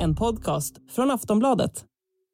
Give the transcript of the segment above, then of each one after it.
en podcast från Aftonbladet.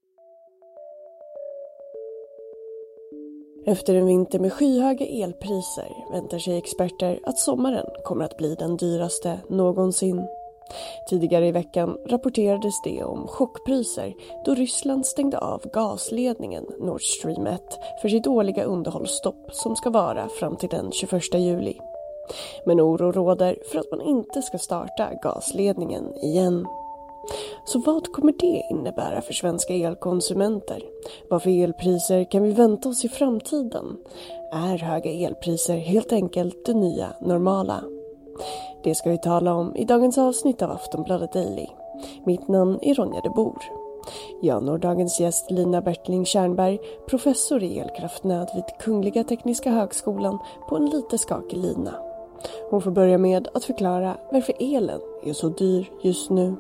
Efter en vinter med skyhöga elpriser väntar sig experter att sommaren kommer att bli den dyraste någonsin. Tidigare i veckan rapporterades det om chockpriser då Ryssland stängde av gasledningen Nord Stream 1 för sitt årliga underhållsstopp som ska vara fram till den 21 juli. Men oro råder för att man inte ska starta gasledningen igen. Så vad kommer det innebära för svenska elkonsumenter? Vad för elpriser kan vi vänta oss i framtiden? Är höga elpriser helt enkelt det nya normala? Det ska vi tala om i dagens avsnitt av Aftonbladet Daily. Mitt namn är Ronja de Bor. Jag når dagens gäst Lina Bertling Tjärnberg, professor i elkraftnöd vid Kungliga Tekniska högskolan, på en lite skakig lina. Hon får börja med att förklara varför elen är så dyr just nu.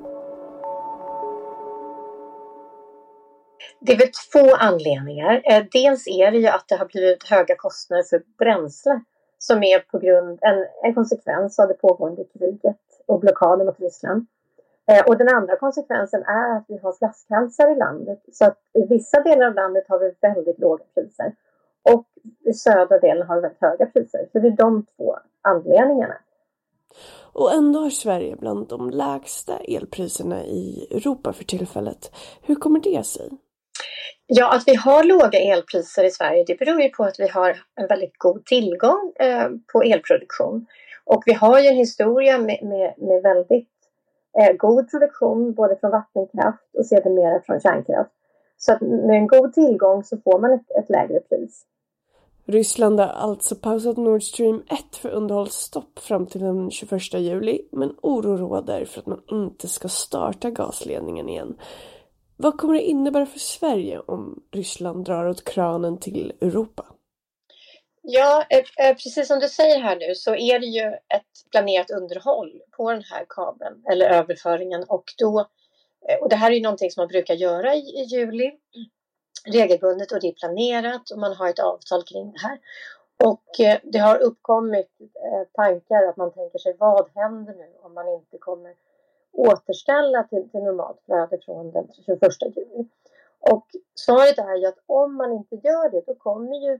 Det är väl två anledningar. Dels är det ju att det har blivit höga kostnader för bränsle som är på grund en konsekvens av det pågående kriget och blockaden mot Ryssland. Och den andra konsekvensen är att vi har flaskhalsar i landet. Så att i vissa delar av landet har vi väldigt låga priser. Och i södra delen har vi väldigt höga priser. Så det är de två anledningarna. Och ändå har Sverige bland de lägsta elpriserna i Europa för tillfället. Hur kommer det sig? Ja, att vi har låga elpriser i Sverige, det beror ju på att vi har en väldigt god tillgång på elproduktion. Och vi har ju en historia med väldigt god produktion både från vattenkraft och sedermera från kärnkraft. Så att med en god tillgång så får man ett lägre pris. Ryssland har alltså pausat Nord Stream 1 för underhållsstopp fram till den 21 juli, men oro råder för att man inte ska starta gasledningen igen. Vad kommer det innebära för Sverige om Ryssland drar åt kranen till Europa? Ja, precis som du säger här nu så är det ju ett planerat underhåll på den här kabeln eller överföringen. Och det här är ju någonting som man brukar göra i juli regelbundet, och det är planerat och man har ett avtal kring det här. Och det har uppkommit tankar att man tänker sig, vad händer nu om man inte kommer återställa till normalt flöde från den 21 juli. Och svaret är ju att om man inte gör det, då kommer ju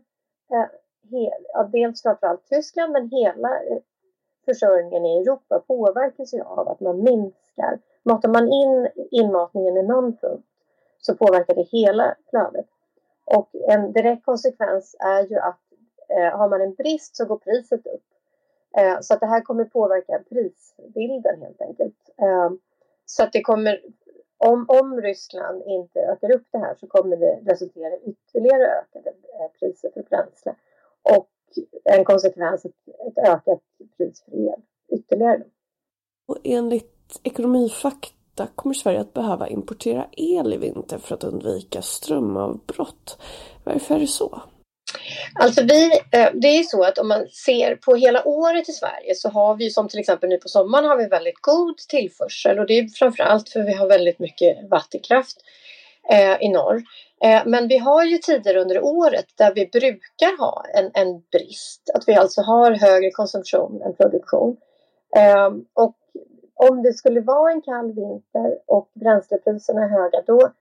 dels framförallt Tyskland, men hela försörjningen i Europa påverkas ju av att man minskar. Matar man in inmatningen i någon punkt så påverkar det hela flödet. Och en direkt konsekvens är ju att har man en brist så går priset upp. Så att det här kommer påverka prisbilden helt enkelt. Så att det kommer, om Ryssland inte ökar upp det här så kommer det resultera i ytterligare ökade priser för bränsle. Och en konsekvens ett ökat pris för el ytterligare. Och enligt Ekonomifakta kommer Sverige att behöva importera el i vinter för att undvika strömavbrott. Varför är det så? Alltså det är så att om man ser på hela året i Sverige så har vi, som till exempel nu på sommaren, har vi väldigt god tillförsel. Och det är framförallt för vi har väldigt mycket vattenkraft i norr. Men vi har ju tider under året där vi brukar ha en brist. Att vi alltså har högre konsumtion än produktion. Och om det skulle vara en kall vinter och bränslepriserna är höga, då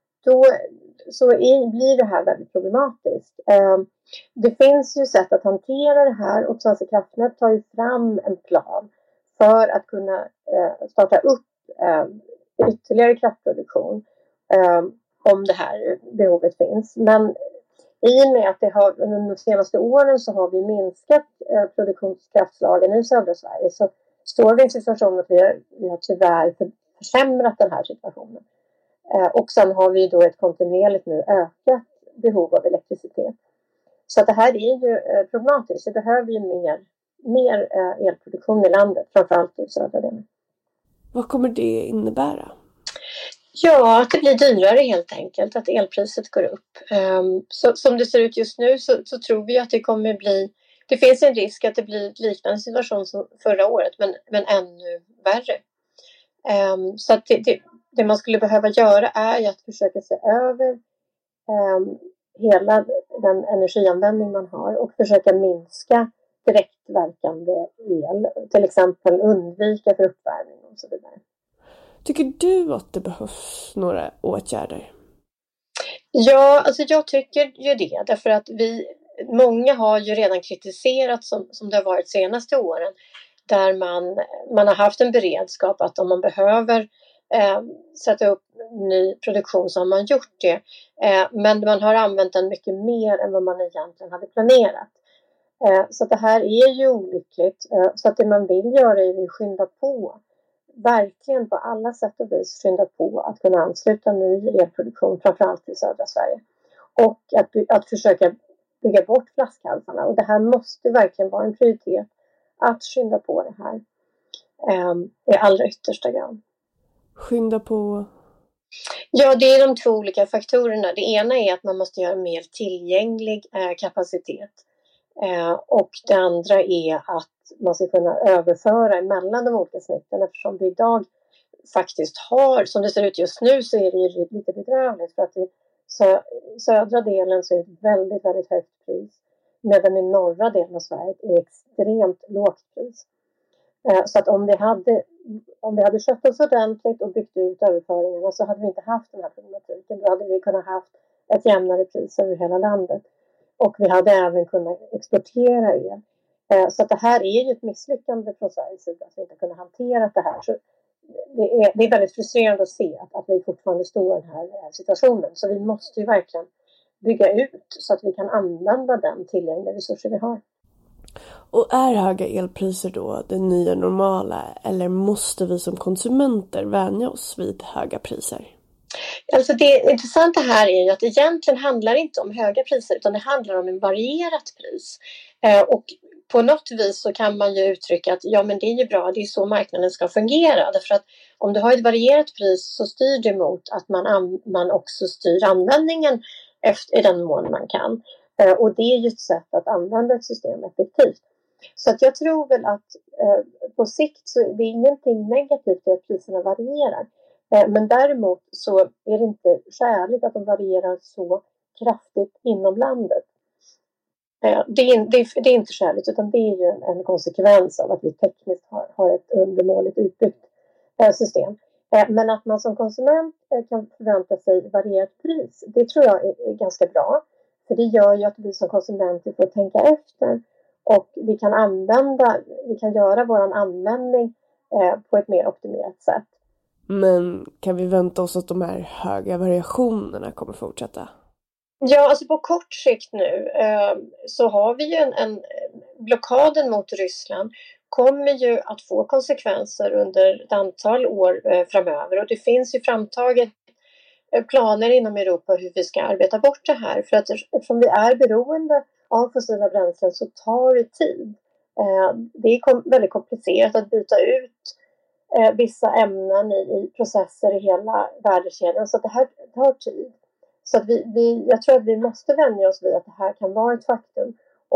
blir det här väldigt problematiskt. Det finns ju sätt att hantera det här, och Svenska kraftnät tar ju fram en plan för att kunna starta upp ytterligare kraftproduktion om det här behovet finns. Men i och med att under de senaste åren så har vi minskat produktionskraftslagen i södra Sverige, så står vi i en situation att vi har tyvärr försämrat den här situationen. Och sen har vi då ett kontinuerligt nu ökat behov av elektricitet. Så att det här är ju problematiskt. Det behöver ju mer elproduktion i landet, framförallt i södra delen. Vad kommer det innebära? Ja, att det blir dyrare helt enkelt, att elpriset går upp. Så som det ser ut just nu så tror vi att det kommer bli, det finns en risk att det blir liknande situation som förra året, men ännu värre. Så att det man skulle behöva göra är ju att försöka se över hela den energianvändning man har och försöka minska direktverkande el, till exempel undvika för uppvärmning och så vidare. Tycker du att det behövs några åtgärder? Ja, alltså jag tycker ju det. Därför att många har ju redan kritiserat som det har varit senaste åren. Där man har haft en beredskap att om man behöver sätta upp ny produktion så har man gjort det. Men man har använt den mycket mer än vad man egentligen hade planerat. Så det här är ju olyckligt. Så att det man vill göra är att skynda på. Verkligen på alla sätt och vis skynda på att kunna ansluta ny elproduktion, framförallt i södra Sverige. Och att försöka bygga bort flaskhalsarna. Och det här måste verkligen vara en prioritet. Att skynda på det här i allra yttersta grad. Skynda på? Ja, det är de två olika faktorerna. Det ena är att man måste göra mer tillgänglig kapacitet. Och det andra är att man ska kunna överföra mellan de olika snitten. Eftersom vi idag faktiskt har, som det ser ut just nu, så är det ju lite bedrövligt. För att i södra delen så är det ett väldigt, väldigt högt pris. Medan i norra delen av Sverige är det extremt lågt pris. Så att om vi hade skött oss ordentligt och byggt ut överföringarna så hade vi inte haft den här problematiken. Då hade vi kunnat haft ett jämnare pris över hela landet. Och vi hade även kunnat exportera el. Så att det här är ju ett misslyckande från Sveriges sida att vi inte kunnat hantera det här. Så det är väldigt frustrerande att se att vi fortfarande står i den här situationen. Så vi måste ju verkligen bygga ut så att vi kan använda den tillgängliga resurser vi har. Och är höga elpriser då det nya normala, eller måste vi som konsumenter vänja oss vid höga priser? Alltså det intressanta här är ju att egentligen handlar det inte om höga priser utan det handlar om en varierat pris. Och på något vis så kan man ju uttrycka att ja, men det är ju bra, det är så marknaden ska fungera. Därför att om du har ett varierat pris så styr det mot att man också styr användningen i den mån man kan. Och det är ju ett sätt att använda ett system effektivt. Så att jag tror väl att på sikt så det är ingenting negativt att priserna varierar. Men däremot så är det inte skäligt att de varierar så kraftigt inom landet. Det är inte skäligt utan det är ju en konsekvens av att vi tekniskt har ett undermåligt utbyggt system. Men att man som konsument kan förvänta sig varierat pris, det tror jag är ganska bra. För det gör ju att vi som konsumenter får tänka efter. Och vi kan göra vår användning på ett mer optimerat sätt. Men kan vi vänta oss att de här höga variationerna kommer fortsätta? Ja, alltså på kort sikt nu så har vi ju en blockaden mot Ryssland kommer ju att få konsekvenser under ett antal år framöver. Och det finns ju framtaget planer inom Europa hur vi ska arbeta bort det här. För att eftersom vi är beroende av fossila bränslen så tar det tid. Det är väldigt komplicerat att byta ut vissa ämnen i processer i hela värdekedjan. Så att det här tar tid. Så att jag tror att vi måste vänja oss vid att det här kan vara ett faktum.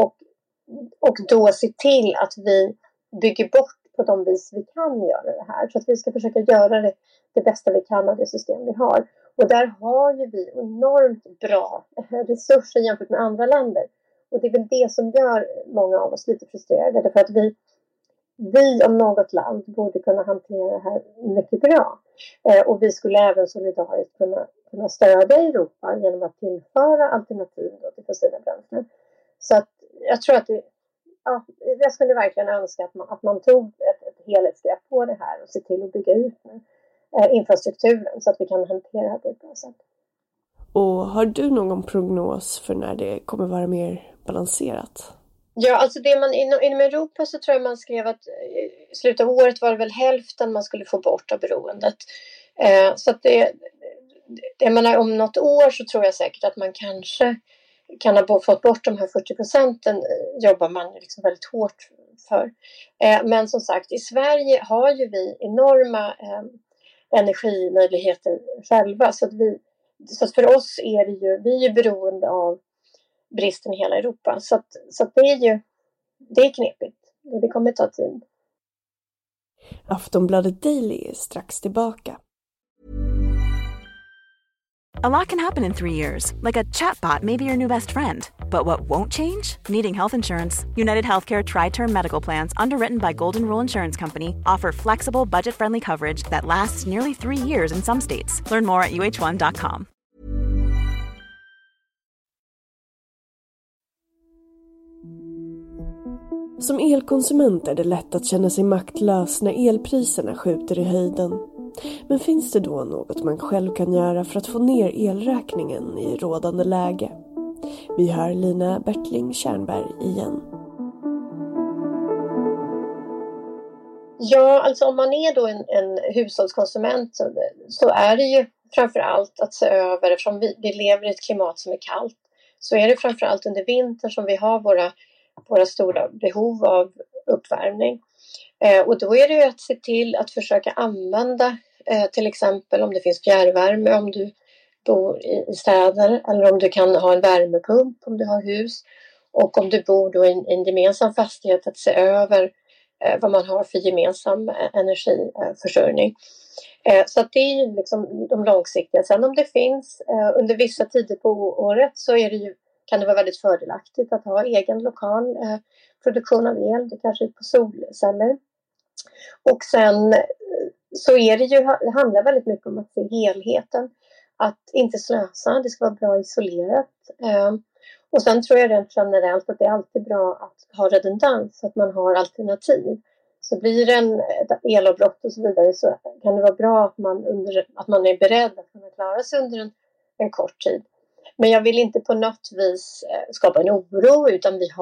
Och då se till att vi bygger bort på de vis vi kan göra det här. Så att vi ska försöka göra det bästa vi kan av det system vi har. Och där har ju vi enormt bra resurser jämfört med andra länder. Och det är väl det som gör många av oss lite frustrerade. Därför att vi om något land borde kunna hantera det här mycket bra. Och vi skulle även solidariskt kunna stödja Europa genom att tillföra alternativ till fossila bränslen. Så att jag tror att jag skulle verkligen önska att man tog ett helhetsgrepp på det här och se till att bygga ut infrastrukturen så att vi kan hantera det här på ett bra sätt. Och har du någon prognos för när det kommer vara mer balanserat? Ja, alltså det man inom Europa så tror jag man skrev att i slutet av året var det väl hälften man skulle få bort av beroendet. Så att jag menar, om något år så tror jag säkert att man kanske kan ha fått bort de här 40%, jobbar man liksom väldigt hårt för. Men som sagt, i Sverige har ju vi enorma energimöjligheter själva. Så att för oss är vi är beroende av bristen i hela Europa. Så att det är knepigt. Och det kommer ta tid. Aftonbladet Daily är strax tillbaka. A lot can happen in 3 years, like a chatbot may be your new best friend. But what won't change? Needing health insurance. United Healthcare Tri-Term Medical Plans, underwritten by Golden Rule Insurance Company, offer flexible, budget-friendly coverage that lasts nearly 3 years in some states. Learn more at uh1.com. Som elkonsument är det lätt att känna sig maktlös när elpriserna skjuter i höjden. Men finns det då något man själv kan göra för att få ner elräkningen i rådande läge? Vi hör Lina Bertling-Tjernberg igen. Ja, alltså om man är då en hushållskonsument så är det ju framförallt att se över, eftersom vi lever i ett klimat som är kallt, så är det framförallt under vintern som vi har våra stora behov av uppvärmning. Och då är det ju att se till att försöka använda till exempel om det finns fjärrvärme, om du bor i städer, eller om du kan ha en värmepump om du har hus, och om du bor då i en gemensam fastighet, att se över vad man har för gemensam energiförsörjning. Så att det är ju liksom de långsiktiga. Sen om det finns under vissa tider på året så är det ju, kan det vara väldigt fördelaktigt att ha egen lokal produktion av el, det kanske är på solceller. Och sen så är det handlar väldigt mycket om att se helheten, att inte slösa, det ska vara bra isolerat. Och sen tror jag rent generellt att det är alltid bra att ha redundans, så att man har alternativ. Så blir det en elavbrott och så vidare, så kan det vara bra att man är beredd att kunna klara sig under en kort tid. Men jag vill inte på något vis skapa en oro, utan vi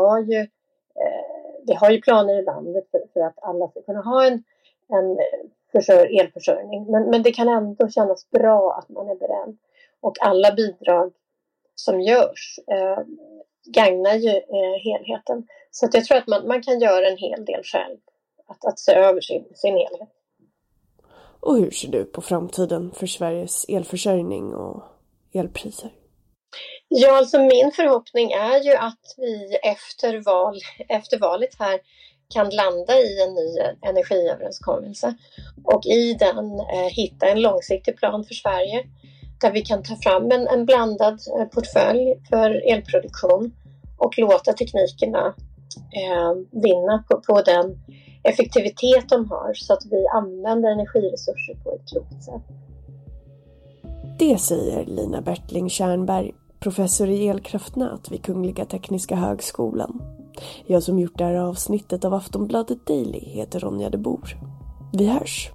har ju planer i landet för att alla ska kunna ha en elförsörjning. Men det kan ändå kännas bra att man är beredd. Och alla bidrag som görs gagnar ju helheten. Så att jag tror att man kan göra en hel del själv. Att se över sin helhet. Och hur ser du på framtiden för Sveriges elförsörjning och elpriser? Ja, alltså min förhoppning är ju att vi efter valet här kan landa i en ny energiöverenskommelse och i den hitta en långsiktig plan för Sverige där vi kan ta fram en blandad portfölj för elproduktion och låta teknikerna vinna på den effektivitet de har, så att vi använder energiresurser på ett klokt sätt. Det säger Lina Bertling-Tjernberg, professor i elkraftnät vid Kungliga Tekniska högskolan. Jag som gjort det här avsnittet av Aftonbladet Daily heter Ronja de Bor. Vi hörs!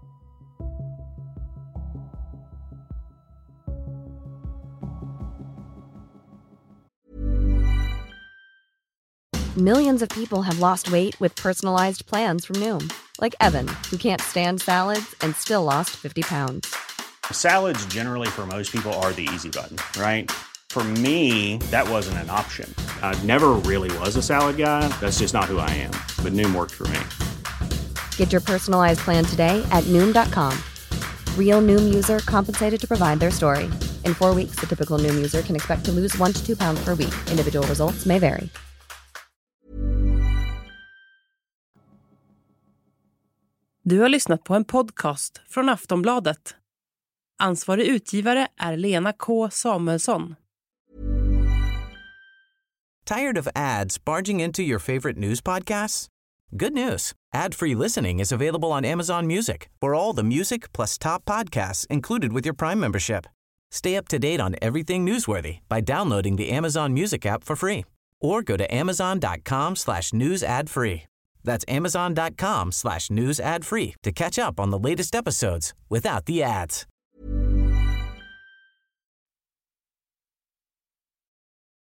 Millions of people have lost weight with personalized plans from Noom. Like Evan, who can't stand salads and still lost 50 pounds. Salads generally for most people are the easy button, right? For me, that wasn't an option. I never really was a salad guy. That's just not who I am. But Noom worked for me. Get your personalized plan today at Noom.com. Real Noom user compensated to provide their story. In 4 weeks, the typical Noom user can expect to lose 1 to 2 pounds per week. Individual results may vary. Du har lyssnat på en podcast från Aftonbladet. Ansvarig utgivare är Lena K. Samuelsson. Tired of ads barging into your favorite news podcasts? Good news. Ad-free listening is available on Amazon Music for all the music plus top podcasts included with your Prime membership. Stay up to date on everything newsworthy by downloading the Amazon Music app for free or go to amazon.com/news ad free. That's amazon.com/news ad free to catch up on the latest episodes without the ads.